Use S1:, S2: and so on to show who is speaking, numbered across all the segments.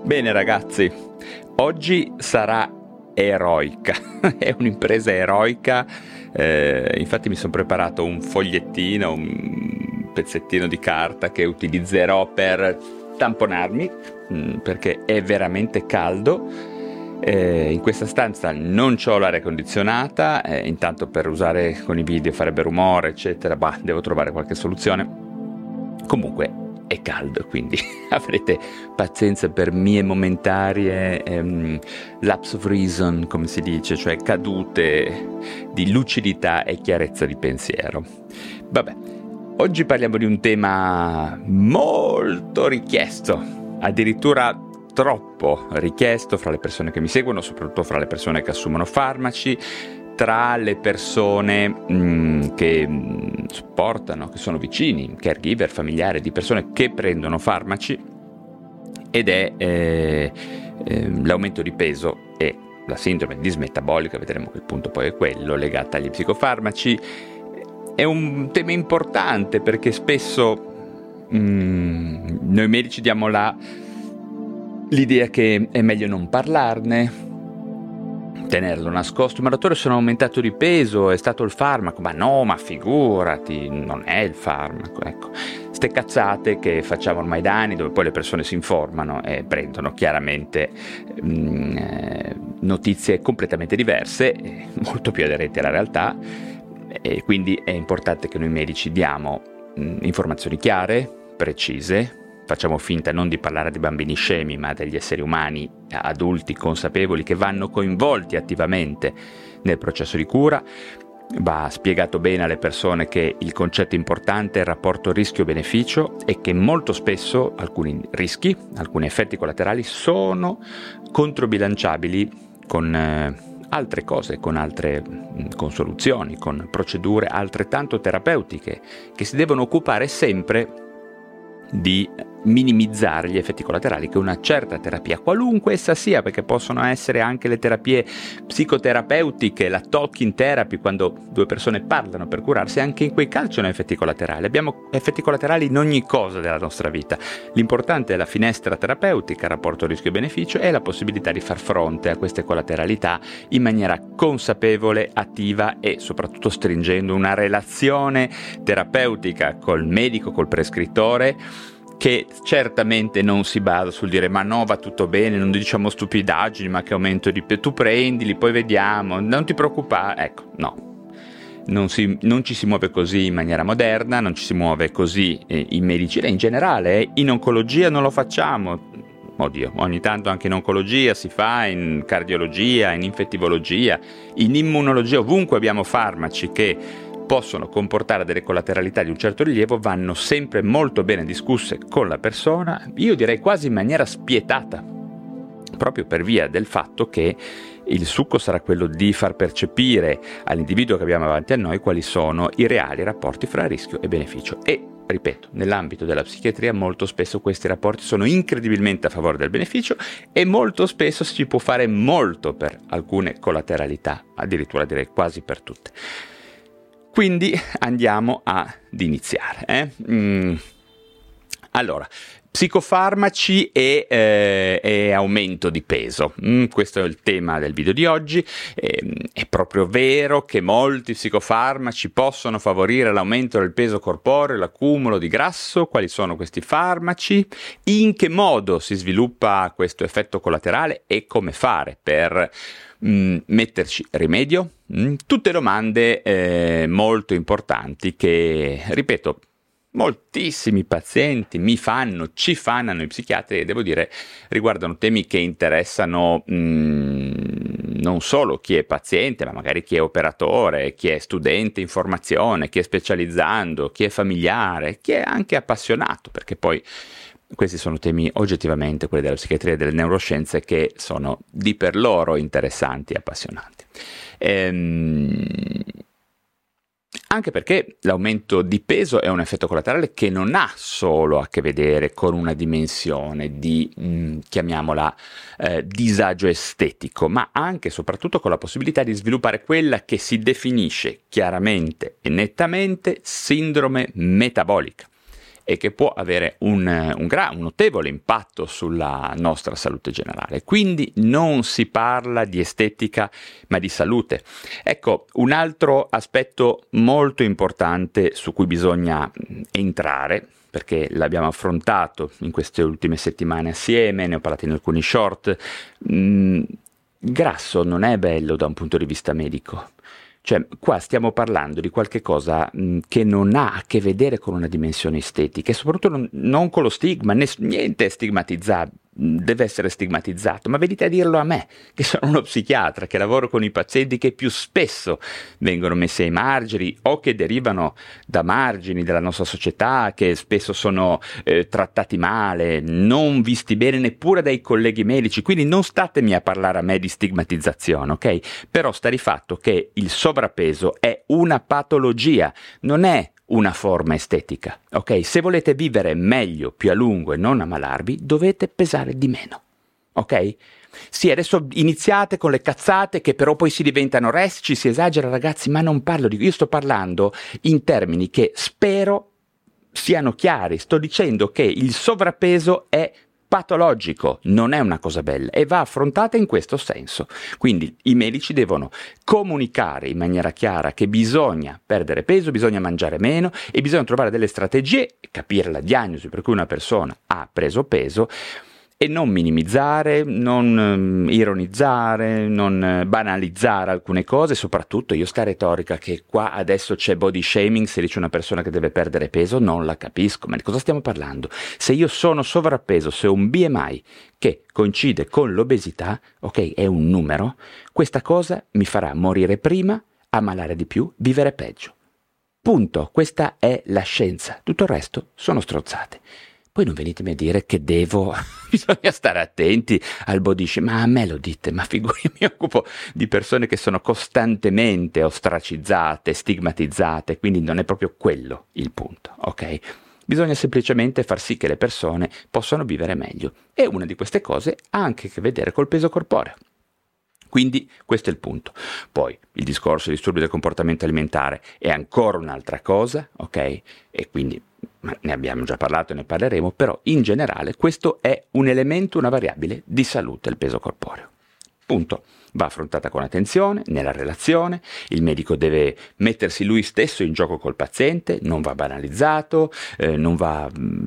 S1: Bene ragazzi, oggi sarà eroica, è un'impresa eroica, infatti mi sono preparato un fogliettino, un pezzettino di carta che utilizzerò per tamponarmi, perché è veramente caldo. In questa stanza non c'ho l'aria condizionata, intanto per usare con i video farebbe rumore eccetera, devo trovare qualche soluzione. Comunque è caldo, quindi avrete pazienza per mie momentarie lapse of reason, come si dice, cioè cadute di lucidità e chiarezza di pensiero. Vabbè, oggi parliamo di un tema molto richiesto, addirittura troppo richiesto fra le persone che mi seguono, soprattutto fra le persone che assumono farmaci, tra le persone che supportano, che sono vicini, caregiver, familiari di persone che prendono farmaci, ed è l'aumento di peso e la sindrome dismetabolica. Vedremo che il punto poi è quello, legata agli psicofarmaci. È un tema importante perché spesso noi medici diamo l'idea che è meglio non parlarne, tenerlo nascosto. Ma dottore, sono aumentato di peso, è stato il farmaco. Ma no, ma figurati, non è il farmaco. Ecco, ste cazzate che facciamo ormai da anni, dove poi le persone si informano e prendono chiaramente notizie completamente diverse, molto più aderenti alla realtà, e quindi è importante che noi medici diamo informazioni chiare, precise. Facciamo finta non di parlare di bambini scemi, ma degli esseri umani adulti consapevoli che vanno coinvolti attivamente nel processo di cura. Va spiegato bene alle persone che il concetto importante è il rapporto rischio-beneficio e che molto spesso alcuni rischi, alcuni effetti collaterali sono controbilanciabili con altre cose, con soluzioni, con procedure altrettanto terapeutiche che si devono occupare sempre di minimizzare gli effetti collaterali che una certa terapia, qualunque essa sia, perché possono essere anche le terapie psicoterapeutiche, la talking therapy, quando due persone parlano per curarsi, anche in quei casi ci sono effetti collaterali. Abbiamo effetti collaterali in ogni cosa della nostra vita. L'importante è la finestra terapeutica, il rapporto rischio-beneficio e la possibilità di far fronte a queste collateralità in maniera consapevole, attiva e soprattutto stringendo una relazione terapeutica col medico, col prescrittore, che certamente non si basa sul dire ma no, va tutto bene, non diciamo stupidaggini, ma che aumento di peso, tu prendili, poi vediamo, non ti preoccupare. Ecco, no, non ci si muove così in maniera moderna, non ci si muove così in medicina in generale, in oncologia non lo facciamo. Oddio, ogni tanto anche in oncologia si fa, in cardiologia, in infettivologia, in immunologia, ovunque abbiamo farmaci che possono comportare delle collateralità di un certo rilievo, vanno sempre molto bene discusse con la persona, io direi quasi in maniera spietata, proprio per via del fatto che il succo sarà quello di far percepire all'individuo che abbiamo davanti a noi quali sono i reali rapporti fra rischio e beneficio. E ripeto, nell'ambito della psichiatria molto spesso questi rapporti sono incredibilmente a favore del beneficio e molto spesso si può fare molto per alcune collateralità, addirittura direi quasi per tutte. Quindi andiamo ad iniziare. Allora, psicofarmaci e aumento di peso. Questo è il tema del video di oggi. È proprio vero che molti psicofarmaci possono favorire l'aumento del peso corporeo e l'accumulo di grasso. Quali sono questi farmaci? In che modo si sviluppa questo effetto collaterale e come fare per metterci rimedio? Tutte domande molto importanti che, ripeto, moltissimi pazienti ci fanno i psichiatri, e devo dire riguardano temi che interessano non solo chi è paziente, ma magari chi è operatore, chi è studente in formazione, chi è specializzando, chi è familiare, chi è anche appassionato, perché poi questi sono temi oggettivamente, quelli della psichiatria e delle neuroscienze, che sono di per loro interessanti e appassionanti. Anche perché l'aumento di peso è un effetto collaterale che non ha solo a che vedere con una dimensione di, chiamiamola, disagio estetico, ma anche e soprattutto con la possibilità di sviluppare quella che si definisce chiaramente e nettamente sindrome metabolica. e che può avere un notevole impatto sulla nostra salute generale. Quindi non si parla di estetica ma di salute. Ecco, un altro aspetto molto importante su cui bisogna entrare, perché l'abbiamo affrontato in queste ultime settimane assieme, ne ho parlato in alcuni short. Grasso non è bello da un punto di vista medico. Cioè, qua stiamo parlando di qualche cosa che non ha a che vedere con una dimensione estetica e soprattutto non con lo stigma, niente è stigmatizzato, deve essere stigmatizzato, ma venite a dirlo a me, che sono uno psichiatra, che lavoro con i pazienti che più spesso vengono messi ai margini o che derivano da margini della nostra società, che spesso sono trattati male, non visti bene neppure dai colleghi medici, quindi non statemi a parlare a me di stigmatizzazione, ok? Però sta di fatto che il sovrappeso è una patologia, non è una forma estetica, ok? Se volete vivere meglio, più a lungo e non ammalarvi, dovete pesare di meno, ok? Sì, adesso iniziate con le cazzate che però poi si diventano restici, si esagera, ragazzi, ma non parlo di... Io sto parlando in termini che spero siano chiari. Sto dicendo che il sovrappeso è patologico, non è una cosa bella e va affrontata in questo senso. Quindi i medici devono comunicare in maniera chiara che bisogna perdere peso, bisogna mangiare meno e bisogna trovare delle strategie, capire la diagnosi per cui una persona ha preso peso e non minimizzare, non ironizzare, non banalizzare alcune cose, soprattutto io sta retorica che qua adesso c'è body shaming, se dice una persona che deve perdere peso, non la capisco, ma di cosa stiamo parlando? Se io sono sovrappeso, se ho un BMI che coincide con l'obesità, ok, è un numero, questa cosa mi farà morire prima, ammalare di più, vivere peggio. Punto, questa è la scienza, tutto il resto sono strozzate. Poi non venitemi a dire che bisogna stare attenti al body shaming, ma a me lo dite, ma figurati, mi occupo di persone che sono costantemente ostracizzate, stigmatizzate, quindi non è proprio quello il punto, ok? Bisogna semplicemente far sì che le persone possano vivere meglio e una di queste cose ha anche a che vedere col peso corporeo. Quindi questo è il punto. Poi il discorso dei disturbi del comportamento alimentare è ancora un'altra cosa, ok? E quindi ne abbiamo già parlato e ne parleremo, però in generale questo è un elemento, una variabile di salute, il peso corporeo. Punto. Va affrontata con attenzione, nella relazione, il medico deve mettersi lui stesso in gioco col paziente, non va banalizzato, non va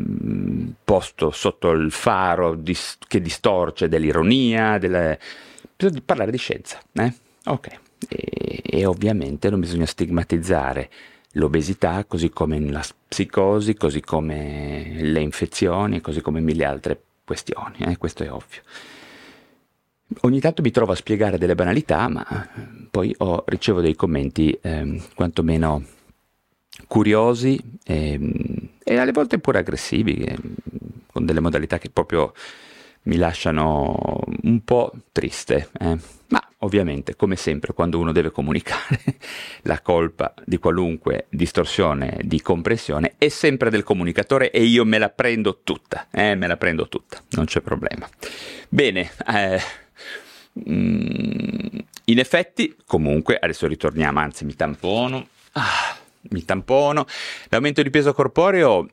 S1: posto sotto il faro che distorce dell'ironia, bisogna parlare di scienza, ok. E ovviamente non bisogna stigmatizzare l'obesità, così come la psicosi, così come le infezioni, così come mille altre questioni, questo è ovvio. Ogni tanto mi trovo a spiegare delle banalità, ma poi ricevo dei commenti quantomeno curiosi e alle volte pure aggressivi, con delle modalità che proprio mi lasciano un po' triste, ma ovviamente, come sempre, quando uno deve comunicare, la colpa di qualunque distorsione di comprensione è sempre del comunicatore e io me la prendo tutta, non c'è problema. Bene, in effetti, comunque, adesso ritorniamo, anzi mi tampono, l'aumento di peso corporeo,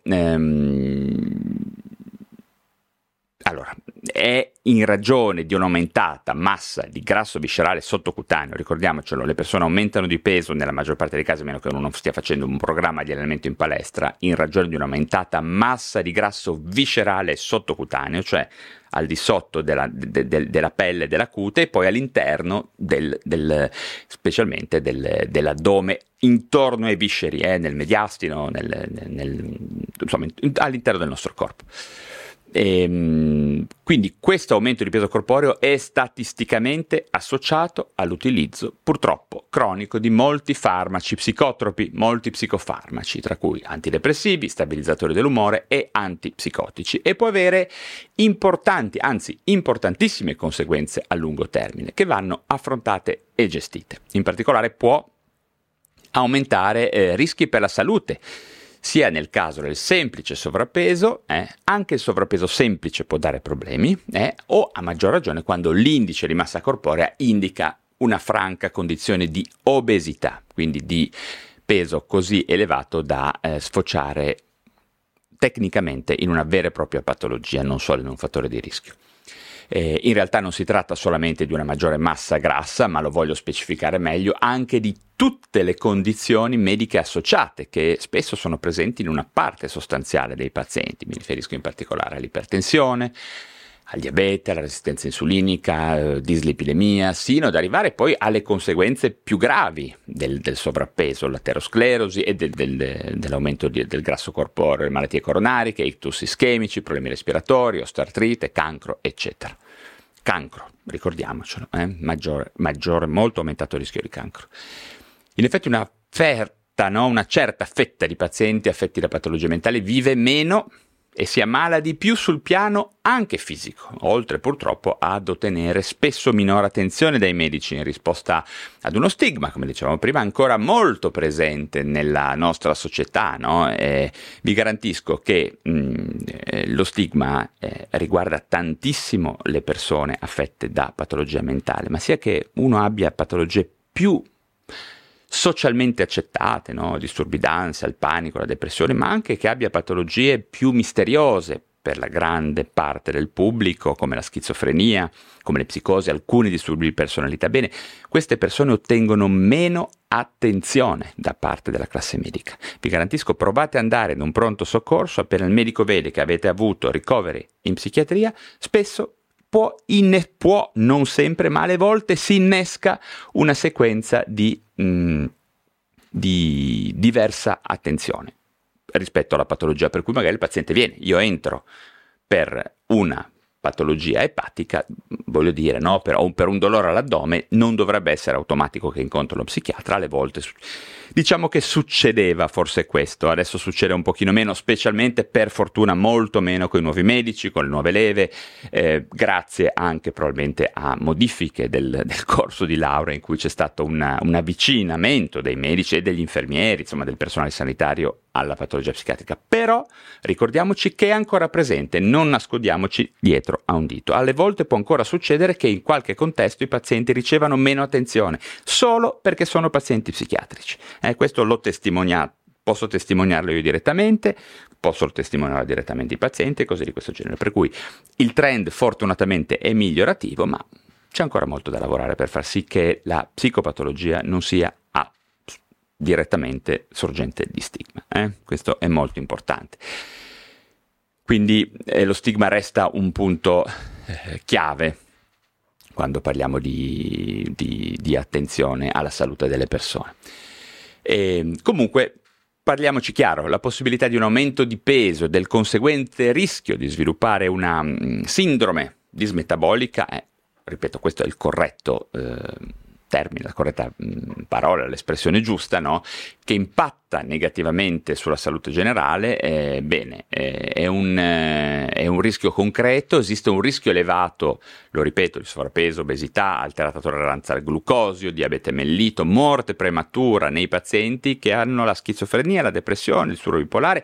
S1: allora, è in ragione di un'aumentata massa di grasso viscerale sottocutaneo, ricordiamocelo, le persone aumentano di peso nella maggior parte dei casi, a meno che uno non stia facendo un programma di allenamento in palestra, in ragione di un'aumentata massa di grasso viscerale sottocutaneo, cioè al di sotto della pelle della cute e poi all'interno specialmente dell'addome, intorno ai visceri, nel mediastino, insomma, all'interno del nostro corpo. Quindi questo aumento di peso corporeo è statisticamente associato all'utilizzo purtroppo cronico di molti farmaci psicotropi, molti psicofarmaci, tra cui antidepressivi, stabilizzatori dell'umore e antipsicotici, e può avere importanti, anzi importantissime conseguenze a lungo termine che vanno affrontate e gestite. In particolare può aumentare rischi per la salute, sia nel caso del semplice sovrappeso, anche il sovrappeso semplice può dare problemi, o a maggior ragione quando l'indice di massa corporea indica una franca condizione di obesità, quindi di peso così elevato da sfociare tecnicamente in una vera e propria patologia, non solo in un fattore di rischio. In realtà non si tratta solamente di una maggiore massa grassa, ma lo voglio specificare meglio, anche di tutte le condizioni mediche associate che spesso sono presenti in una parte sostanziale dei pazienti. Mi riferisco in particolare all'ipertensione, al diabete, alla resistenza insulinica, dislipidemia, sino ad arrivare poi alle conseguenze più gravi del sovrappeso, l'aterosclerosi e dell'aumento del grasso corporeo, le malattie coronariche, ictus ischemici, problemi respiratori, osteoartrite, cancro, eccetera. Cancro, ricordiamocelo, molto aumentato il rischio di cancro. In effetti una certa fetta di pazienti affetti da patologie mentali vive meno e si ammala di più sul piano anche fisico, oltre purtroppo ad ottenere spesso minore attenzione dai medici in risposta ad uno stigma, come dicevamo prima, ancora molto presente nella nostra società, no? Vi garantisco che lo stigma riguarda tantissimo le persone affette da patologia mentale, ma sia che uno abbia patologie più socialmente accettate, no? Disturbi d'ansia, il panico, la depressione, ma anche che abbia patologie più misteriose per la grande parte del pubblico, come la schizofrenia, come le psicosi, alcuni disturbi di personalità. Bene, queste persone ottengono meno attenzione da parte della classe medica. Vi garantisco, provate ad andare in un pronto soccorso, appena il medico vede che avete avuto ricoveri in psichiatria, spesso può, non sempre, ma alle volte si innesca una sequenza di diversa attenzione rispetto alla patologia per cui magari il paziente viene. Io entro per una patologia epatica, voglio dire, no, per un dolore all'addome, non dovrebbe essere automatico che incontro lo psichiatra. Alle volte diciamo che succedeva forse questo, adesso succede un pochino meno, specialmente per fortuna molto meno con i nuovi medici, con le nuove leve, grazie anche probabilmente a modifiche del corso di laurea in cui c'è stato un avvicinamento dei medici e degli infermieri, insomma del personale sanitario alla patologia psichiatrica. Però ricordiamoci che è ancora presente, non nascondiamoci dietro a un dito. Alle volte può ancora succedere che in qualche contesto i pazienti ricevano meno attenzione solo perché sono pazienti psichiatrici. Questo l'ho testimoniato, posso testimoniarlo io direttamente, posso testimoniare direttamente i pazienti e cose di questo genere. Per cui il trend fortunatamente è migliorativo, ma c'è ancora molto da lavorare per far sì che la psicopatologia non sia direttamente sorgente di stigma. Questo è molto importante. Quindi lo stigma resta un punto chiave quando parliamo di attenzione alla salute delle persone. E comunque parliamoci chiaro, la possibilità di un aumento di peso e del conseguente rischio di sviluppare una sindrome dismetabolica, ripeto, questo è il corretto termine, la corretta parola, l'espressione giusta, no? Che impatta negativamente sulla salute generale, è un rischio concreto, esiste un rischio elevato, lo ripeto, di sovrappeso, obesità, alterata tolleranza al glucosio, diabete mellito, morte prematura nei pazienti che hanno la schizofrenia, la depressione, il disturbo bipolare,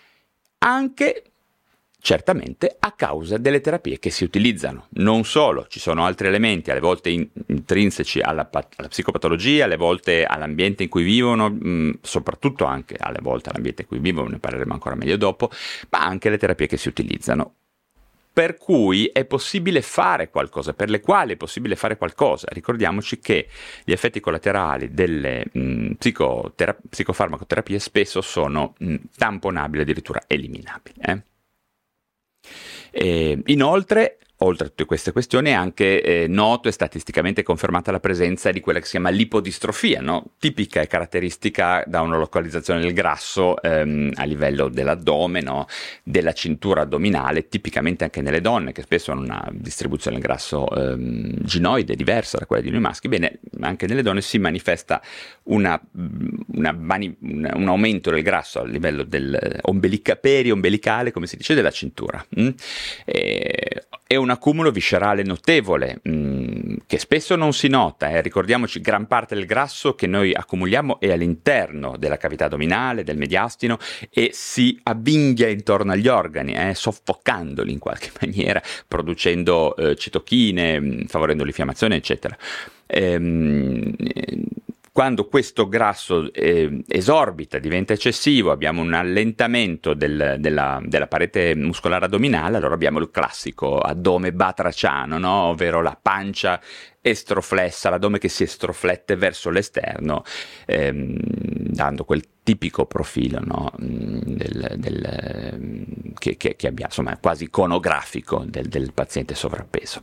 S1: anche certamente a causa delle terapie che si utilizzano. Non solo, ci sono altri elementi, alle volte intrinseci alla psicopatologia, alle volte all'ambiente in cui vivono, soprattutto anche alle volte all'ambiente in cui vivono, ne parleremo ancora meglio dopo, ma anche le terapie che si utilizzano. Per cui è possibile fare qualcosa, per le quali è possibile fare qualcosa. Ricordiamoci che gli effetti collaterali delle psicofarmacoterapie spesso sono tamponabili, addirittura eliminabili. Inoltre, oltre a tutte queste questioni, è anche noto e statisticamente confermata la presenza di quella che si chiama lipodistrofia, no? Tipica e caratteristica da una localizzazione del grasso a livello dell'addome, no? Della cintura addominale, tipicamente anche nelle donne, che spesso hanno una distribuzione del grasso ginoide diversa da quella di noi maschi. Bene, anche nelle donne si manifesta un aumento del grasso a livello periombelicale, come si dice, della cintura. È un accumulo viscerale notevole che spesso non si nota. Ricordiamoci, gran parte del grasso che noi accumuliamo è all'interno della cavità addominale, del mediastino, e si avvinghia intorno agli organi, soffocandoli in qualche maniera, producendo citochine, favorendo l'infiammazione, eccetera. quando questo grasso esorbita, diventa eccessivo, abbiamo un allentamento della parete muscolare addominale, allora abbiamo il classico addome batraciano, no? Ovvero la pancia estroflessa, l'addome che si estroflette verso l'esterno, dando quel tipico profilo, no? Che abbiamo, insomma, quasi iconografico del paziente sovrappeso.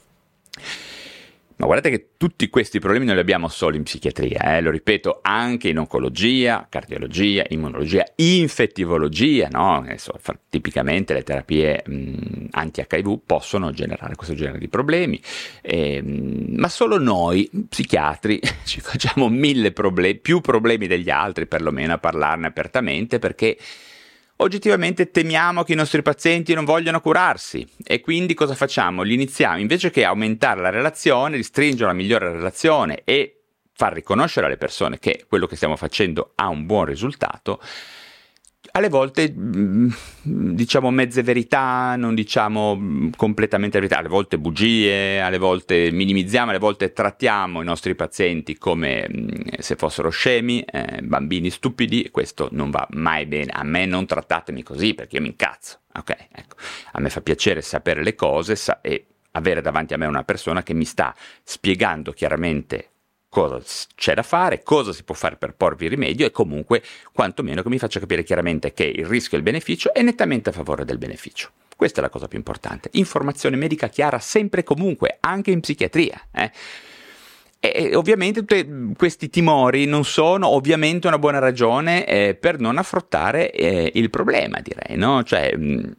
S1: Ma guardate che tutti questi problemi non li abbiamo solo in psichiatria, lo ripeto, anche in oncologia, cardiologia, immunologia, infettivologia, no? Tipicamente le terapie anti-HIV possono generare questo genere di problemi, ma solo noi psichiatri ci facciamo 1000 problemi, più problemi degli altri perlomeno, a parlarne apertamente, perché oggettivamente temiamo che i nostri pazienti non vogliano curarsi e quindi cosa facciamo? Li iniziamo, invece che aumentare la relazione, ristringere una migliore relazione e far riconoscere alle persone che quello che stiamo facendo ha un buon risultato, alle volte diciamo mezze verità, non diciamo completamente la verità, alle volte bugie, alle volte minimizziamo, alle volte trattiamo i nostri pazienti come se fossero scemi, bambini stupidi. Questo non va mai bene. A me non trattatemi così perché io mi incazzo, ok? Ecco. A me fa piacere sapere le cose e avere davanti a me una persona che mi sta spiegando chiaramente cosa c'è da fare, cosa si può fare per porvi rimedio e comunque quantomeno che mi faccia capire chiaramente che il rischio e il beneficio è nettamente a favore del beneficio. Questa è la cosa più importante. Informazione medica chiara sempre e comunque, anche in psichiatria. E ovviamente tutti questi timori non sono ovviamente una buona ragione per non affrontare il problema, direi, no? Cioè,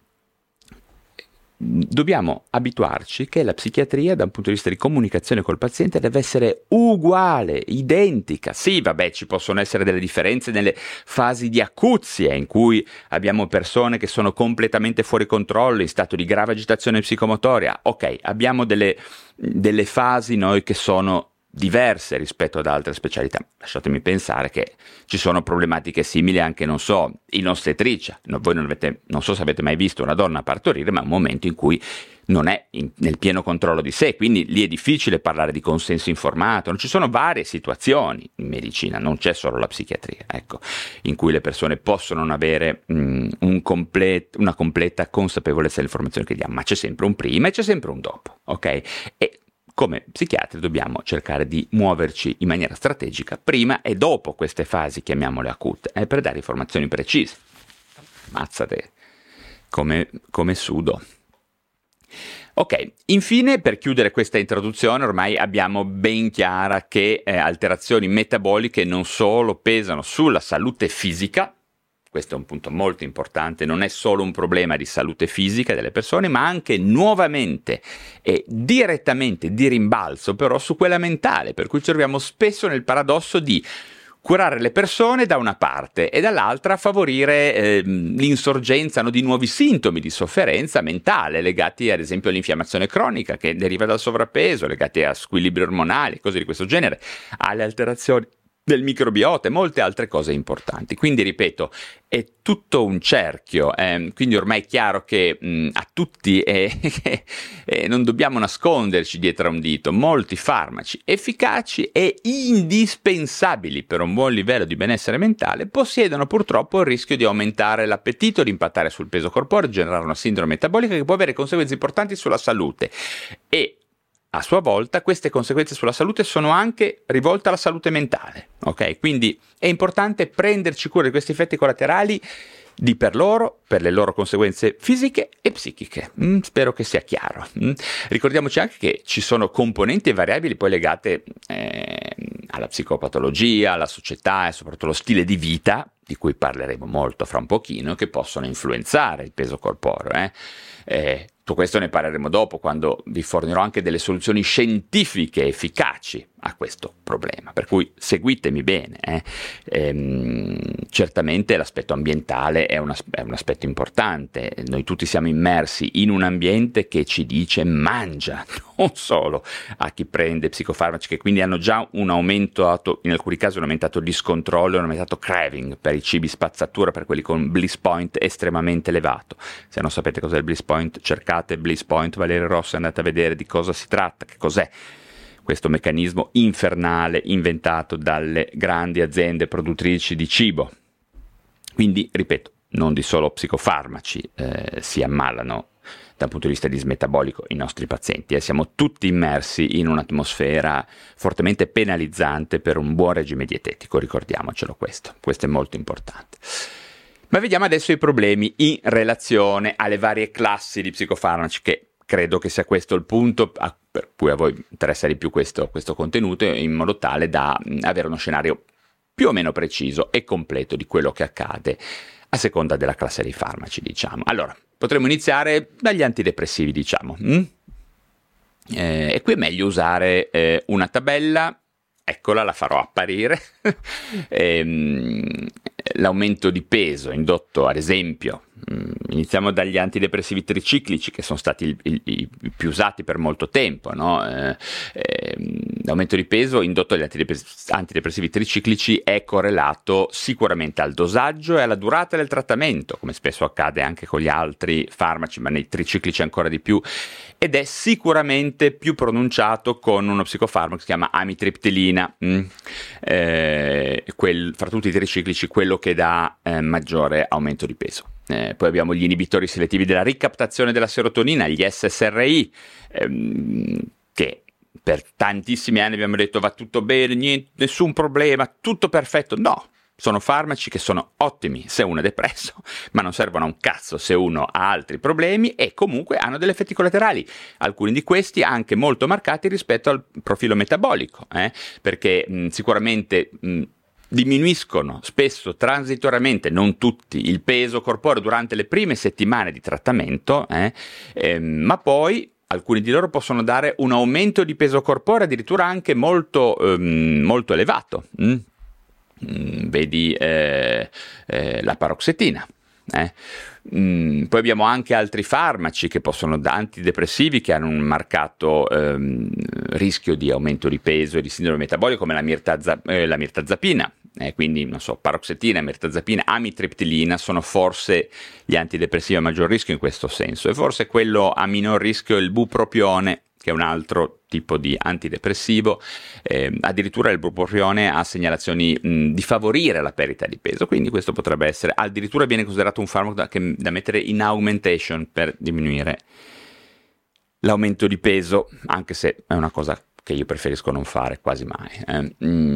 S1: dobbiamo abituarci che la psichiatria, da un punto di vista di comunicazione col paziente, deve essere uguale, identica. Sì, vabbè, ci possono essere delle differenze nelle fasi di acuzia, in cui abbiamo persone che sono completamente fuori controllo, in stato di grave agitazione psicomotoria. Ok, abbiamo delle fasi noi che sono diverse rispetto ad altre specialità. Lasciatemi pensare che ci sono problematiche simili anche, non so, in ostetricia. Voi non so se avete mai visto una donna partorire, ma è un momento in cui non è nel pieno controllo di sé, quindi lì è difficile parlare di consenso informato. Ci sono varie situazioni in medicina, non c'è solo la psichiatria, ecco, in cui le persone possono non avere una completa consapevolezza dell'informazione che diamo, ma c'è sempre un prima e c'è sempre un dopo, ok? E come psichiatri dobbiamo cercare di muoverci in maniera strategica prima e dopo queste fasi, chiamiamole acute, per dare informazioni precise. Mazzate come sudo. Ok, infine, per chiudere questa introduzione, ormai abbiamo ben chiara che alterazioni metaboliche non solo pesano sulla salute fisica. Questo è un punto molto importante, non è solo un problema di salute fisica delle persone, ma anche nuovamente e direttamente di rimbalzo però su quella mentale, per cui ci troviamo spesso nel paradosso di curare le persone da una parte e dall'altra favorire l'insorgenza di nuovi sintomi di sofferenza mentale legati ad esempio all'infiammazione cronica che deriva dal sovrappeso, legati a squilibri ormonali, cose di questo genere, alle alterazioni del microbiota e molte altre cose importanti. Quindi ripeto, è tutto un cerchio, quindi ormai è chiaro che a tutti non dobbiamo nasconderci dietro a un dito. Molti farmaci efficaci e indispensabili per un buon livello di benessere mentale possiedono purtroppo il rischio di aumentare l'appetito, di impattare sul peso corporeo, generare una sindrome metabolica che può avere conseguenze importanti sulla salute e a sua volta queste conseguenze sulla salute sono anche rivolte alla salute mentale, ok? Quindi è importante prenderci cura di questi effetti collaterali di per loro, per le loro conseguenze fisiche e psichiche. Spero che sia chiaro. Ricordiamoci anche che ci sono componenti e variabili poi legate alla psicopatologia, alla società e soprattutto allo stile di vita, di cui parleremo molto fra un pochino, che possono influenzare il peso corporeo. Tutto questo ne parleremo dopo, quando vi fornirò anche delle soluzioni scientifiche efficaci a questo problema, per cui seguitemi bene. Certamente l'aspetto ambientale è un aspetto importante. Noi tutti siamo immersi in un ambiente che ci dice mangia, non solo a chi prende psicofarmaci, che quindi hanno già un aumento, in alcuni casi un aumentato discontrollo, un aumentato craving per i cibi spazzatura, per quelli con bliss point estremamente elevato. Se non sapete cos'è il bliss point, cercate bliss point, Valerio Rosso, andate a vedere di cosa si tratta, che cos'è. questo meccanismo infernale inventato dalle grandi aziende produttrici di cibo. Quindi, ripeto, non di solo psicofarmaci si ammalano dal punto di vista dismetabolico i nostri pazienti, siamo tutti immersi in un'atmosfera fortemente penalizzante per un buon regime dietetico, ricordiamocelo questo è molto importante. Ma vediamo adesso i problemi in relazione alle varie classi di psicofarmaci, che credo che sia questo il punto per cui a voi interessa di più questo contenuto, in modo tale da avere uno scenario più o meno preciso e completo di quello che accade a seconda della classe dei farmaci, diciamo. Allora, potremmo iniziare dagli antidepressivi, diciamo. E qui è meglio usare una tabella, eccola, la farò apparire. L'aumento di peso indotto, ad esempio, iniziamo dagli antidepressivi triciclici, che sono stati i più usati per molto tempo, no? L'aumento di peso indotto dagli antidepressivi triciclici è correlato sicuramente al dosaggio e alla durata del trattamento, come spesso accade anche con gli altri farmaci, ma nei triciclici ancora di più, ed è sicuramente più pronunciato con uno psicofarmaco che si chiama amitriptilina, fra tutti i triciclici quello che dà maggiore aumento di peso. Poi abbiamo gli inibitori selettivi della ricaptazione della serotonina, gli SSRI, che per tantissimi anni abbiamo detto va tutto bene, niente, nessun problema, tutto perfetto. No, sono farmaci che sono ottimi se uno è depresso, ma non servono a un cazzo se uno ha altri problemi, e comunque hanno degli effetti collaterali, alcuni di questi anche molto marcati rispetto al profilo metabolico, perché sicuramente diminuiscono spesso transitoriamente, non tutti, il peso corporeo durante le prime settimane di trattamento, ma poi alcuni di loro possono dare un aumento di peso corporeo addirittura anche molto elevato. Vedi la paroxetina. Poi abbiamo anche altri farmaci che possono, antidepressivi, che hanno un marcato rischio di aumento di peso e di sindrome metabolica, come la mirtazapina. Quindi, non so, paroxetina, mirtazapina, amitriptilina sono forse gli antidepressivi a maggior rischio in questo senso, e forse quello a minor rischio è il bupropione, che è un altro tipo di antidepressivo. Addirittura il bupropione ha segnalazioni di favorire la perdita di peso, quindi questo potrebbe essere, addirittura viene considerato un farmaco da mettere in augmentation per diminuire l'aumento di peso, anche se è una cosa che io preferisco non fare quasi mai.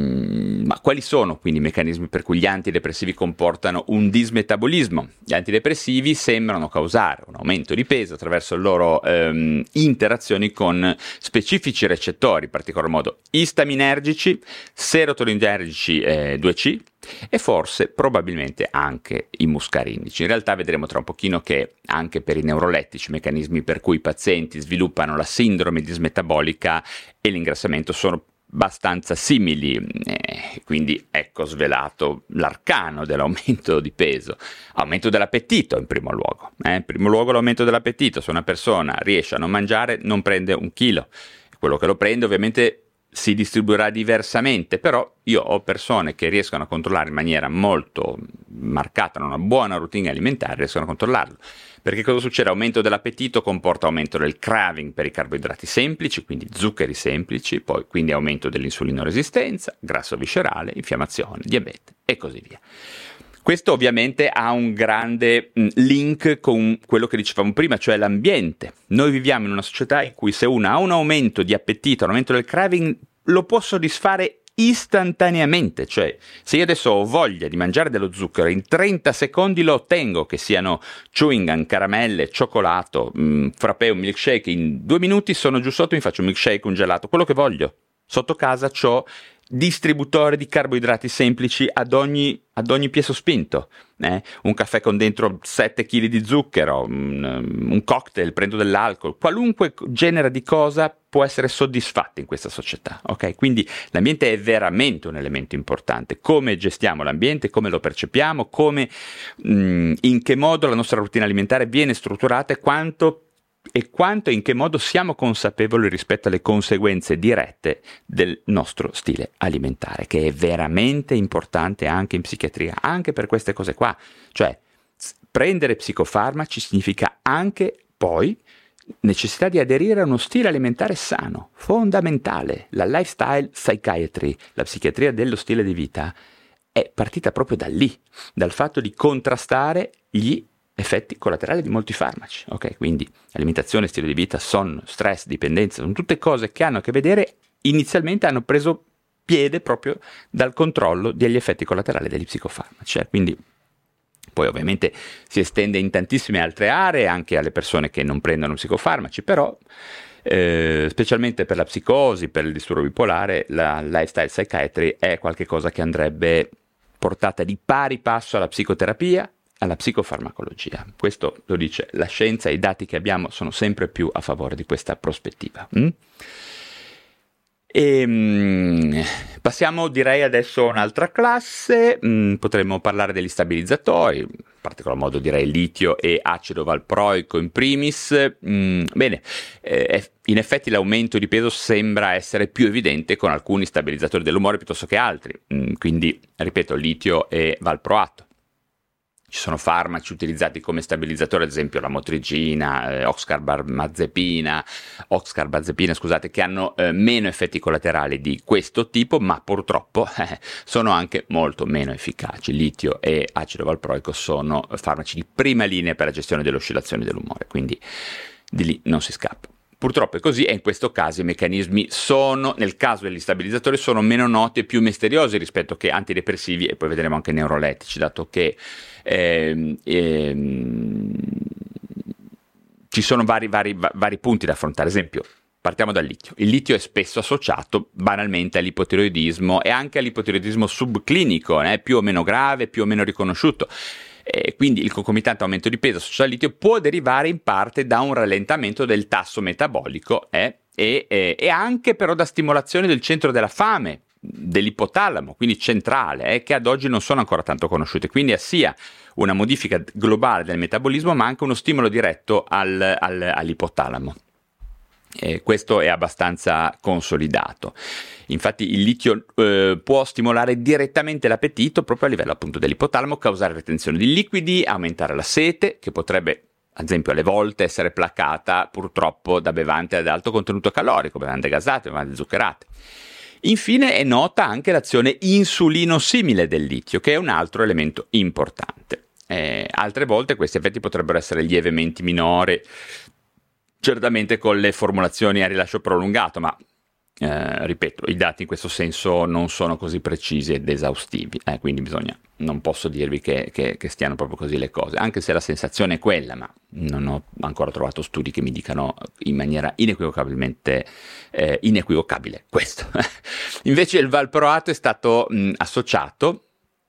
S1: Ma quali sono quindi i meccanismi per cui gli antidepressivi comportano un dismetabolismo? Gli antidepressivi sembrano causare un aumento di peso attraverso le loro interazioni con specifici recettori, in particolar modo istaminergici, serotoninergici 2C, e forse probabilmente anche i muscarinici. In realtà vedremo tra un pochino che anche per i neurolettici, meccanismi per cui i pazienti sviluppano la sindrome dismetabolica e l'ingrassamento sono abbastanza simili, quindi ecco svelato l'arcano dell'aumento di peso. Aumento dell'appetito in primo luogo, in primo luogo l'aumento dell'appetito. Se una persona riesce a non mangiare, non prende 1 chilo, quello che lo prende ovviamente si distribuirà diversamente, però io ho persone che riescono a controllare in maniera molto marcata, una buona routine alimentare, riescono a controllarlo. Perché cosa succede? Aumento dell'appetito comporta aumento del craving per i carboidrati semplici, quindi zuccheri semplici, poi quindi aumento dell'insulinoresistenza, grasso viscerale, infiammazione, diabete e così via. Questo ovviamente ha un grande link con quello che dicevamo prima, cioè l'ambiente. Noi viviamo in una società in cui se uno ha un aumento di appetito, un aumento del craving, lo può soddisfare istantaneamente. Cioè, se io adesso ho voglia di mangiare dello zucchero, in 30 secondi lo ottengo, che siano chewing gum, caramelle, cioccolato, frappè, un milkshake, in 2 minuti sono giù sotto, mi faccio un milkshake, un gelato, quello che voglio. Sotto casa c'ho distributore di carboidrati semplici ad ogni piè sospinto, un caffè con dentro 7 kg di zucchero, un cocktail, prendo dell'alcol, qualunque genere di cosa può essere soddisfatto in questa società, ok? Quindi l'ambiente è veramente un elemento importante. Come gestiamo l'ambiente, come lo percepiamo, come in che modo la nostra routine alimentare viene strutturata, e quanto e in che modo siamo consapevoli rispetto alle conseguenze dirette del nostro stile alimentare, che è veramente importante anche in psichiatria, anche per queste cose qua. Cioè, prendere psicofarmaci significa anche poi necessità di aderire a uno stile alimentare sano, fondamentale. La lifestyle psychiatry, la psichiatria dello stile di vita, è partita proprio da lì, dal fatto di contrastare gli effetti collaterali di molti farmaci. Ok, quindi alimentazione, stile di vita, sonno, stress, dipendenza, sono tutte cose che hanno a che vedere, inizialmente hanno preso piede proprio dal controllo degli effetti collaterali degli psicofarmaci. Quindi poi ovviamente si estende in tantissime altre aree, anche alle persone che non prendono psicofarmaci, però specialmente per la psicosi, per il disturbo bipolare, la lifestyle psychiatry è qualcosa che andrebbe portata di pari passo alla psicoterapia, alla psicofarmacologia. Questo lo dice la scienza, i dati che abbiamo sono sempre più a favore di questa prospettiva. Passiamo direi adesso a un'altra classe. Potremmo parlare degli stabilizzatori, in particolar modo direi litio e acido valproico in primis. Bene, in effetti l'aumento di peso sembra essere più evidente con alcuni stabilizzatori dell'umore piuttosto che altri, quindi ripeto, litio e valproato. Ci sono farmaci utilizzati come stabilizzatori, ad esempio la motrigina, oxcarbazepina, scusate, che hanno meno effetti collaterali di questo tipo, ma purtroppo sono anche molto meno efficaci. Litio e acido valproico sono farmaci di prima linea per la gestione delle oscillazioni dell'umore, quindi di lì non si scappa. Purtroppo è così, e in questo caso i meccanismi sono, nel caso degli stabilizzatori, sono meno noti e più misteriosi rispetto che antidepressivi e poi vedremo anche neurolettici, dato che ci sono vari punti da affrontare. Ad esempio, partiamo dal litio. Il litio è spesso associato banalmente all'ipotiroidismo e anche all'ipotiroidismo subclinico, più o meno grave, più o meno riconosciuto. Quindi il concomitante aumento di peso associato al litio può derivare in parte da un rallentamento del tasso metabolico e anche però da stimolazione del centro della fame, dell'ipotalamo, quindi centrale, che ad oggi non sono ancora tanto conosciute. Quindi ha sia una modifica globale del metabolismo ma anche uno stimolo diretto all'ipotalamo. Questo è abbastanza consolidato. Infatti il litio può stimolare direttamente l'appetito proprio a livello appunto dell'ipotalamo, causare retenzione di liquidi, aumentare la sete, che potrebbe ad esempio alle volte essere placata purtroppo da bevande ad alto contenuto calorico, bevande gasate, bevande zuccherate. Infine è nota anche l'azione insulinosimile del litio, che è un altro elemento importante. Altre volte questi effetti potrebbero essere lievemente minori, certamente con le formulazioni a rilascio prolungato, ma ripeto, i dati in questo senso non sono così precisi ed esaustivi, quindi non posso dirvi che stiano proprio così le cose, anche se la sensazione è quella, ma non ho ancora trovato studi che mi dicano in maniera inequivocabile questo. Invece il valproato è stato associato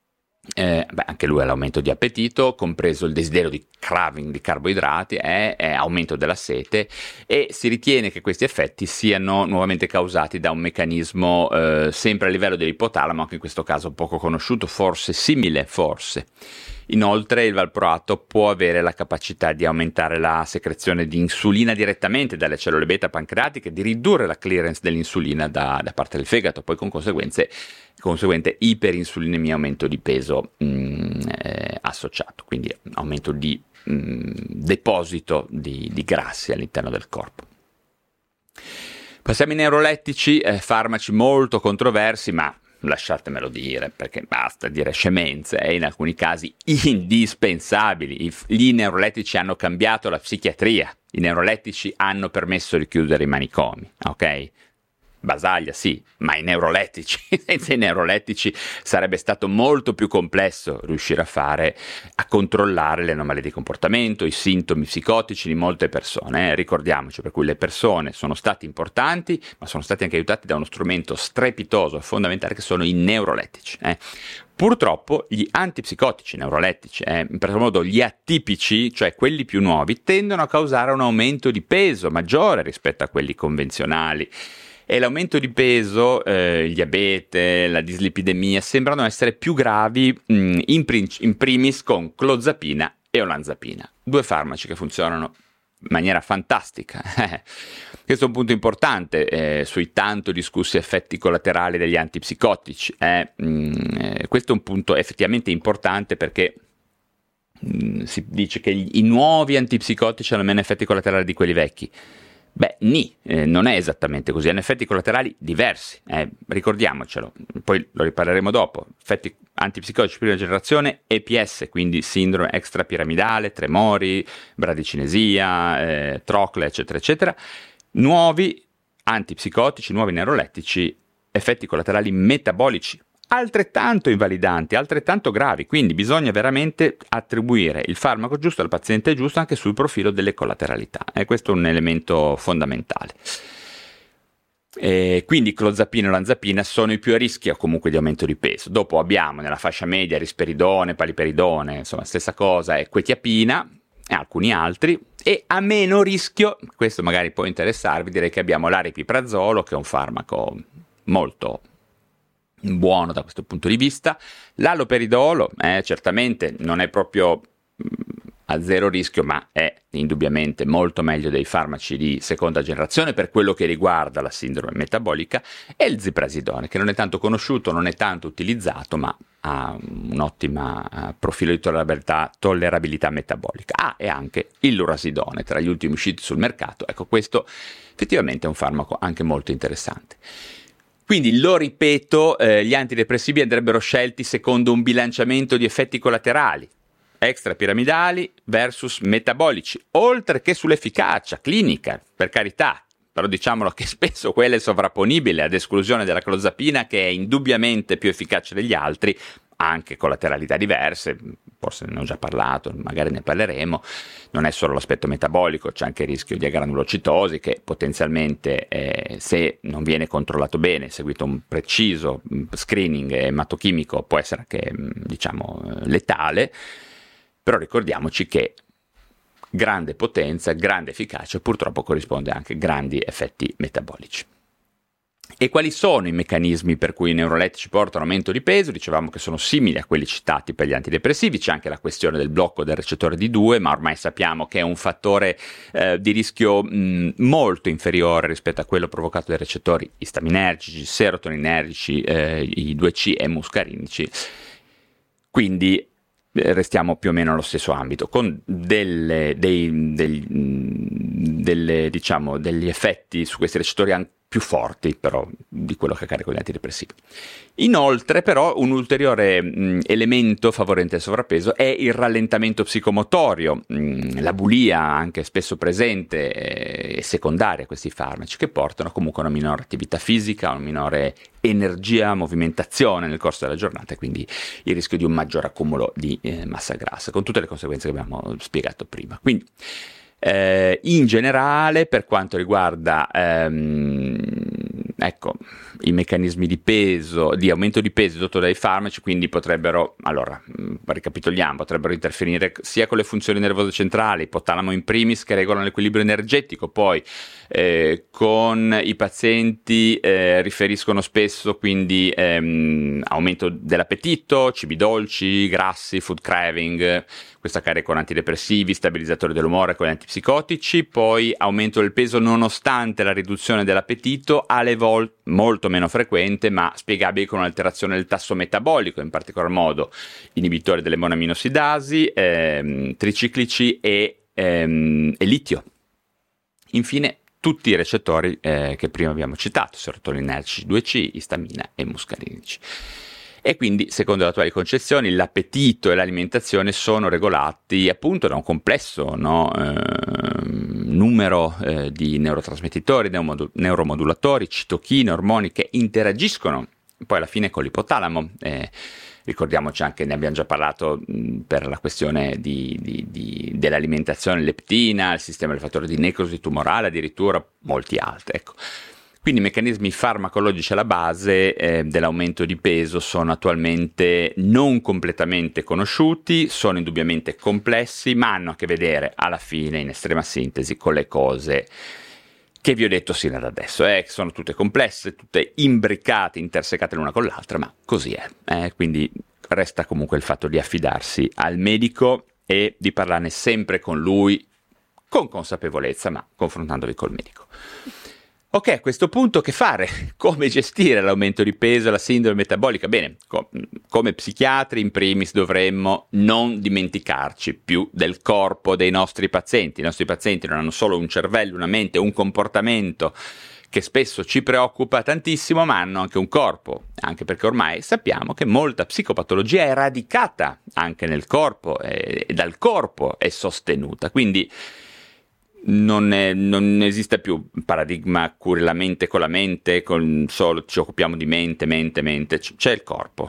S1: anche lui all'aumento di appetito, compreso il desiderio di craving di carboidrati e aumento della sete, e si ritiene che questi effetti siano nuovamente causati da un meccanismo sempre a livello dell'ipotalamo, anche in questo caso poco conosciuto, forse simile. Inoltre il valproato può avere la capacità di aumentare la secrezione di insulina direttamente dalle cellule beta pancreatiche, di ridurre la clearance dell'insulina da parte del fegato, poi con conseguente iperinsulinemia, aumento di peso associato, quindi aumento di deposito di grassi all'interno del corpo. Passiamo ai neurolettici, farmaci molto controversi, ma lasciatemelo dire, perché basta dire scemenze, e in alcuni casi indispensabili. I neurolettici hanno cambiato la psichiatria, i neurolettici hanno permesso di chiudere i manicomi, ok? Basaglia sì, ma i neurolettici, senza i neurolettici sarebbe stato molto più complesso riuscire a controllare le anomalie di comportamento, i sintomi psicotici di molte persone, ricordiamoci, per cui le persone sono stati importanti, ma sono stati anche aiutati da uno strumento strepitoso e fondamentale che sono i neurolettici. Purtroppo gli antipsicotici neurolettici, in particolar modo gli atipici, cioè quelli più nuovi, tendono a causare un aumento di peso maggiore rispetto a quelli convenzionali. E l'aumento di peso, il diabete, la dislipidemia sembrano essere più gravi in primis con clozapina e olanzapina, due farmaci che funzionano in maniera fantastica. Questo è un punto importante sui tanto discussi effetti collaterali degli antipsicotici. Questo è un punto effettivamente importante perché si dice che i nuovi antipsicotici hanno meno effetti collaterali di quelli vecchi. Beh, non è esattamente così, hanno effetti collaterali diversi, ricordiamocelo, poi lo riparleremo dopo. Effetti antipsicotici prima generazione, EPS, quindi sindrome extrapiramidale, tremori, bradicinesia, trochle, eccetera, eccetera. Nuovi antipsicotici, nuovi neurolettici, effetti collaterali metabolici, altrettanto invalidanti, altrettanto gravi, quindi bisogna veramente attribuire il farmaco giusto al paziente giusto anche sul profilo delle collateralità, e questo è un elemento fondamentale. Quindi clozapina e olanzapina sono i più a rischio comunque di aumento di peso. Dopo abbiamo nella fascia media risperidone, paliperidone, insomma stessa cosa, e quetiapina e alcuni altri. E a meno rischio, questo magari può interessarvi, direi che abbiamo l'aripiprazolo, che è un farmaco molto buono da questo punto di vista. L'aloperidolo certamente non è proprio a zero rischio, ma è indubbiamente molto meglio dei farmaci di seconda generazione per quello che riguarda la sindrome metabolica, e il ziprasidone, che non è tanto conosciuto, non è tanto utilizzato, ma ha un ottimo profilo di tollerabilità metabolica. E anche il lurasidone, tra gli ultimi usciti sul mercato. Ecco, questo effettivamente è un farmaco anche molto interessante. Quindi lo ripeto, gli antidepressivi andrebbero scelti secondo un bilanciamento di effetti collaterali extrapiramidali versus metabolici, oltre che sull'efficacia clinica, per carità, però diciamolo che spesso quella è sovrapponibile ad esclusione della clozapina, che è indubbiamente più efficace degli altri, anche collateralità diverse, forse ne ho già parlato, magari ne parleremo. Non è solo l'aspetto metabolico, c'è anche il rischio di agranulocitosi che potenzialmente, se non viene controllato bene, seguito un preciso screening ematochimico, può essere anche letale. Però ricordiamoci che grande potenza, grande efficacia purtroppo corrisponde anche a grandi effetti metabolici. E quali sono i meccanismi per cui i neurolettici portano aumento di peso? Dicevamo che sono simili a quelli citati per gli antidepressivi. C'è anche la questione del blocco del recettore D2, ma ormai sappiamo che è un fattore di rischio molto inferiore rispetto a quello provocato dai recettori istaminergici, serotoninergici, i 2C e muscarinici. Quindi restiamo più o meno allo stesso ambito, con degli effetti su questi recettori anche più forti però di quello che carico gli antidepressivi. Inoltre però un ulteriore elemento favorente al sovrappeso è il rallentamento psicomotorio, la bulia anche spesso presente e secondaria a questi farmaci, che portano comunque a una minore attività fisica, a una minore energia, movimentazione nel corso della giornata, e quindi il rischio di un maggior accumulo di massa grassa, con tutte le conseguenze che abbiamo spiegato prima. Quindi in generale, per quanto riguarda i meccanismi di peso, di aumento di peso indotto dai farmaci, quindi potrebbero interferire sia con le funzioni nervose centrali, ipotalamo in primis, che regolano l'equilibrio energetico, poi con i pazienti riferiscono spesso quindi aumento dell'appetito, cibi dolci, grassi, food craving, questa carica con antidepressivi, stabilizzatori dell'umore, con gli antipsicotici, poi aumento del peso nonostante la riduzione dell'appetito, alle volte molto meno frequente, ma spiegabile con un'alterazione del tasso metabolico, in particolar modo inibitori delle monoaminoossidasi, triciclici e litio. Infine, tutti i recettori che prima abbiamo citato, serotoninergici 2C, istamina e muscarinici. E quindi, secondo le attuali concezioni, l'appetito e l'alimentazione sono regolati appunto da un complesso numero di neurotrasmettitori, neuromodulatori, citochine, ormoni che interagiscono poi alla fine con l'ipotalamo. Ricordiamoci anche, ne abbiamo già parlato per la questione dell'alimentazione, leptina, il sistema del fattore di necrosi tumorale, addirittura molti altri. Ecco. Quindi i meccanismi farmacologici alla base dell'aumento di peso sono attualmente non completamente conosciuti, sono indubbiamente complessi, ma hanno a che vedere alla fine, in estrema sintesi, con le cose che vi ho detto sino ad adesso, sono tutte complesse, tutte imbriccate, intersecate l'una con l'altra, ma così è. Quindi resta comunque il fatto di affidarsi al medico e di parlarne sempre con lui, con consapevolezza, ma confrontandovi col medico. Ok, a questo punto che fare? Come gestire l'aumento di peso e la sindrome metabolica? Bene, come psichiatri in primis dovremmo non dimenticarci più del corpo dei nostri pazienti. I nostri pazienti non hanno solo un cervello, una mente, un comportamento che spesso ci preoccupa tantissimo, ma hanno anche un corpo, anche perché ormai sappiamo che molta psicopatologia è radicata anche nel corpo e dal corpo è sostenuta. Quindi non esiste più il paradigma curi la mente con la mente, solo ci occupiamo di mente, c'è il corpo.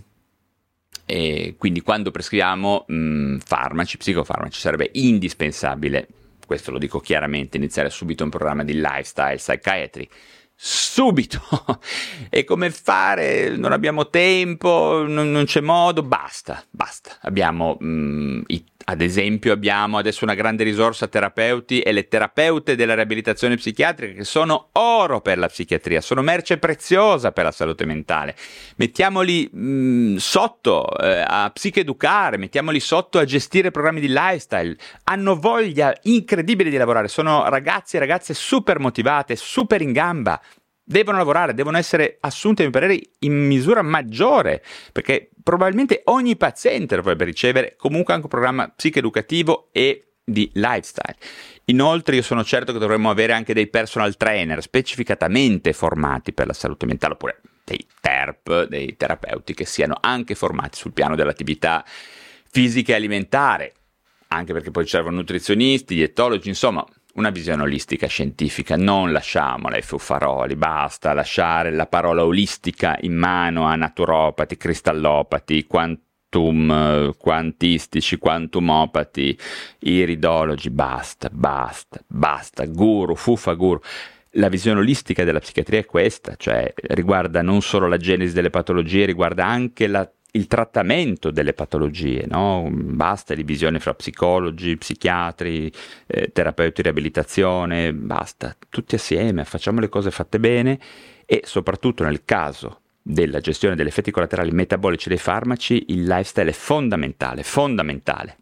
S1: E quindi quando prescriviamo farmaci, psicofarmaci, sarebbe indispensabile, questo lo dico chiaramente, iniziare subito un programma di lifestyle psychiatry. Subito! E come fare? Non abbiamo tempo, non c'è modo, basta. Abbiamo ad esempio abbiamo adesso una grande risorsa terapeuti e le terapeute della riabilitazione psichiatrica che sono oro per la psichiatria, sono merce preziosa per la salute mentale. Mettiamoli sotto a psicoeducare, mettiamoli sotto a gestire programmi di lifestyle. Hanno voglia incredibile di lavorare, sono ragazzi e ragazze super motivate, super in gamba. Devono lavorare, devono essere assunti, a mio parere, in misura maggiore, perché probabilmente ogni paziente dovrebbe ricevere comunque anche un programma psicoeducativo e di lifestyle. Inoltre io sono certo che dovremmo avere anche dei personal trainer specificatamente formati per la salute mentale, oppure dei TERP, dei terapeuti che siano anche formati sul piano dell'attività fisica e alimentare, anche perché poi ci servono nutrizionisti, dietologi, insomma una visione olistica scientifica. Non lasciamola ai fuffaroli, basta lasciare la parola olistica in mano a naturopati, cristallopati, quantistici, quantumopati, iridologi, basta, guru, fuffa guru. La visione olistica della psichiatria è questa, cioè riguarda non solo la genesi delle patologie, riguarda anche il trattamento delle patologie, no? Basta divisione fra psicologi, psichiatri, terapeuti di riabilitazione, basta, tutti assieme, facciamo le cose fatte bene e soprattutto nel caso della gestione degli effetti collaterali metabolici dei farmaci, il lifestyle è fondamentale.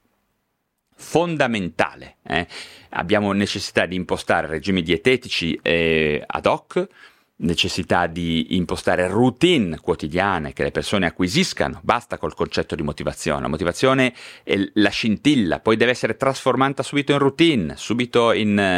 S1: Abbiamo necessità di impostare regimi dietetici ad hoc, necessità di impostare routine quotidiane che le persone acquisiscano, basta col concetto di motivazione. La motivazione è la scintilla, poi deve essere trasformata subito in routine, subito in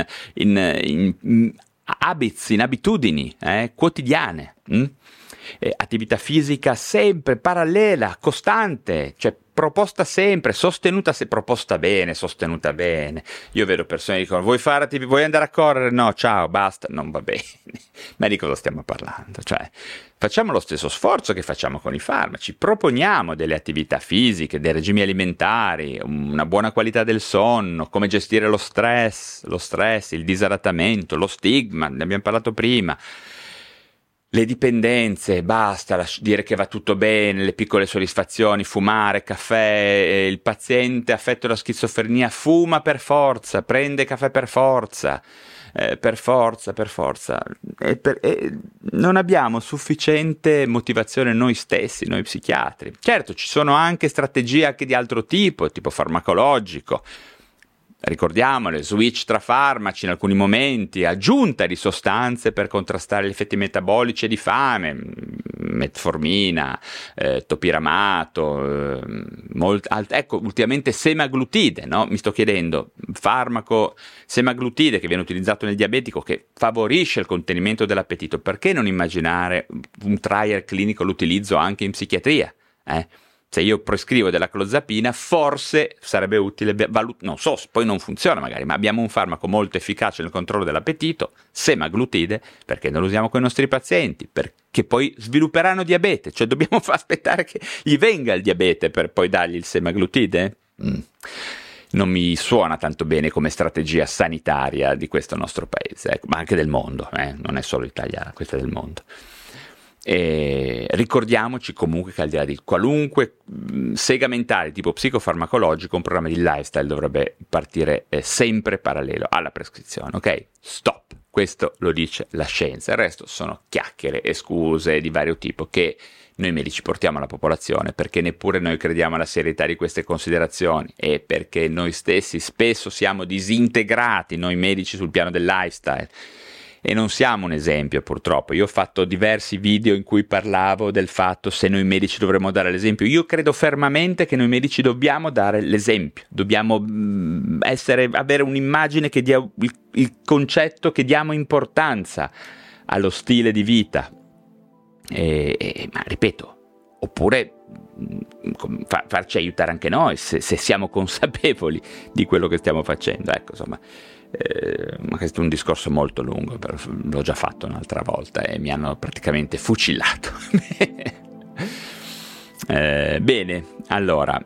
S1: habits, in abitudini quotidiane. Attività fisica sempre parallela, costante, cioè proposta sempre, proposta bene, sostenuta bene. Io vedo persone che dicono: vuoi andare a correre? No, ciao, basta, non va bene. Ma di cosa stiamo parlando? Cioè, facciamo lo stesso sforzo che facciamo con i farmaci, proponiamo delle attività fisiche, dei regimi alimentari, una buona qualità del sonno, come gestire lo stress, il disadattamento, lo stigma, ne abbiamo parlato prima. Le dipendenze, basta dire che va tutto bene, le piccole soddisfazioni, fumare, caffè, il paziente affetto da schizofrenia fuma per forza, prende caffè per forza, non abbiamo sufficiente motivazione noi stessi, noi psichiatri. Certo, ci sono anche strategie anche di altro tipo farmacologico. Ricordiamole, switch tra farmaci in alcuni momenti, aggiunta di sostanze per contrastare gli effetti metabolici e di fame, metformina, topiramato, ecco, ultimamente semaglutide, no? Mi sto chiedendo, farmaco semaglutide che viene utilizzato nel diabetico che favorisce il contenimento dell'appetito, perché non immaginare un trial clinico l'utilizzo anche in psichiatria? Se io prescrivo della clozapina, forse sarebbe utile, non so, poi non funziona magari, ma abbiamo un farmaco molto efficace nel controllo dell'appetito, semaglutide, perché non lo usiamo con i nostri pazienti? Perché poi svilupperanno diabete, cioè dobbiamo aspettare che gli venga il diabete per poi dargli il semaglutide? Non mi suona tanto bene come strategia sanitaria di questo nostro paese, ma anche del mondo, non è solo Italia, questa è del mondo. E ricordiamoci comunque che al di là di qualunque sega mentale tipo psicofarmacologico, un programma di lifestyle dovrebbe partire sempre parallelo alla prescrizione, ok? Stop! Questo lo dice la scienza, il resto sono chiacchiere e scuse di vario tipo che noi medici portiamo alla popolazione perché neppure noi crediamo alla serietà di queste considerazioni e perché noi stessi spesso siamo disintegrati, noi medici, sul piano del lifestyle. e non siamo un esempio, purtroppo. Io ho fatto diversi video in cui parlavo del fatto se noi medici dovremmo dare l'esempio. Io credo fermamente che noi medici dobbiamo dare l'esempio, dobbiamo avere un'immagine che dia il concetto, che diamo importanza allo stile di vita. Ma ripeto, oppure farci aiutare anche noi se siamo consapevoli di quello che stiamo facendo. Ecco, insomma, ma questo è un discorso molto lungo, però l'ho già fatto un'altra volta e mi hanno praticamente fucilato. Bene, allora,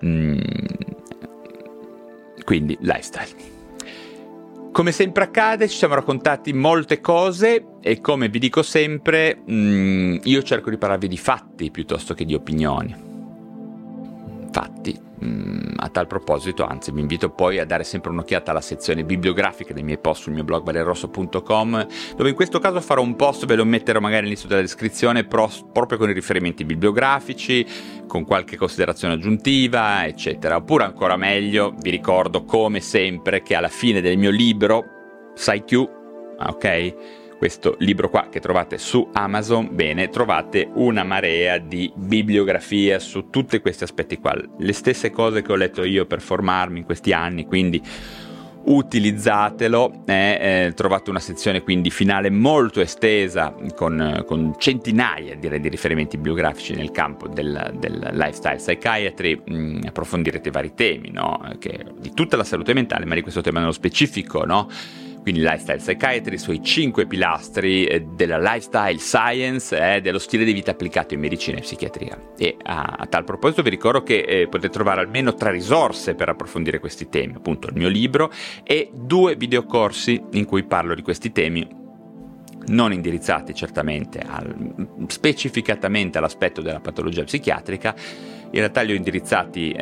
S1: quindi lifestyle. Come sempre accade, ci siamo raccontati molte cose e come vi dico sempre, io cerco di parlarvi di fatti piuttosto che di opinioni. Fatti. A tal proposito, anzi, vi invito poi a dare sempre un'occhiata alla sezione bibliografica dei miei post sul mio blog valerosso.com, dove in questo caso farò un post, ve lo metterò magari all'inizio della descrizione, proprio con i riferimenti bibliografici, con qualche considerazione aggiuntiva, eccetera. Oppure ancora meglio, vi ricordo come sempre che alla fine del mio libro PsyQ, ok? Questo libro qua che trovate su Amazon, bene, trovate una marea di bibliografia su tutti questi aspetti qua, le stesse cose che ho letto io per formarmi in questi anni, quindi utilizzatelo. Trovate una sezione quindi finale molto estesa con centinaia, direi, di riferimenti bibliografici nel campo del lifestyle psychiatry. Approfondirete vari temi, no? Di tutta la salute mentale, ma di questo tema nello specifico, no? Quindi lifestyle psychiatry, i suoi 5 pilastri della lifestyle science, dello stile di vita applicato in medicina e psichiatria. E a tal proposito vi ricordo che potete trovare almeno 3 risorse per approfondire questi temi, appunto il mio libro e 2 videocorsi in cui parlo di questi temi, non indirizzati certamente specificatamente all'aspetto della patologia psichiatrica. In realtà li ho indirizzati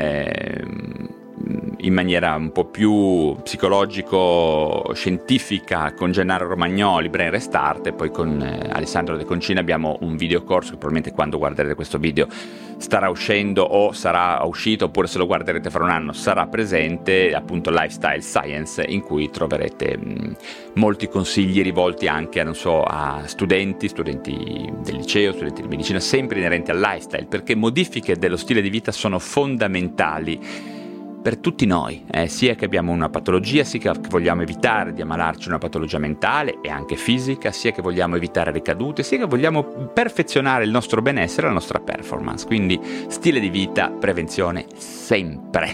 S1: in maniera un po' più psicologico-scientifica con Gennaro Romagnoli, Brain Restart, e poi con Alessandro De Concini abbiamo un videocorso che probabilmente quando guarderete questo video starà uscendo o sarà uscito, oppure se lo guarderete fra un anno sarà presente, appunto Lifestyle Science, in cui troverete molti consigli rivolti anche a studenti del liceo, studenti di medicina, sempre inerenti al lifestyle, perché modifiche dello stile di vita sono fondamentali per tutti noi, sia che abbiamo una patologia, sia che vogliamo evitare di ammalarci una patologia mentale e anche fisica, sia che vogliamo evitare ricadute, sia che vogliamo perfezionare il nostro benessere, la nostra performance. Quindi stile di vita, prevenzione, sempre.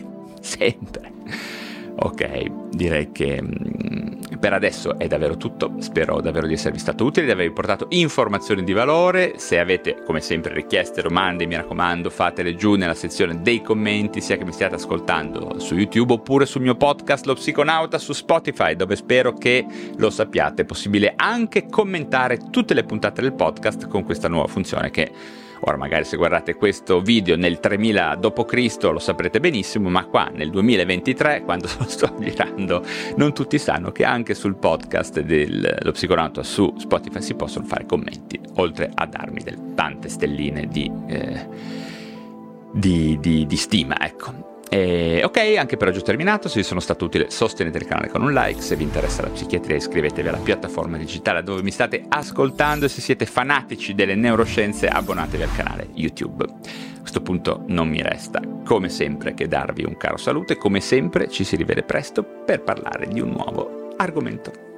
S1: Ok, direi che per adesso è davvero tutto. Spero davvero di esservi stato utile, di avervi portato informazioni di valore. Se avete, come sempre, richieste, domande, mi raccomando, fatele giù nella sezione dei commenti, sia che mi stiate ascoltando su YouTube oppure sul mio podcast Lo Psiconauta su Spotify, dove spero che lo sappiate, è possibile anche commentare tutte le puntate del podcast con questa nuova funzione che ora magari se guardate questo video nel 3000 d.C. lo saprete benissimo, ma qua nel 2023, quando lo sto girando, non tutti sanno che anche sul podcast dello Psiconauta su Spotify si possono fare commenti, oltre a darmi tante stelline di stima, ecco. Ok, anche per oggi ho terminato. Se vi sono stato utile, sostenete il canale con un like. Se vi interessa la psichiatria, iscrivetevi alla piattaforma digitale dove mi state ascoltando, e se siete fanatici delle neuroscienze abbonatevi al canale YouTube. A questo punto non mi resta, come sempre, che darvi un caro saluto e come sempre ci si rivede presto per parlare di un nuovo argomento.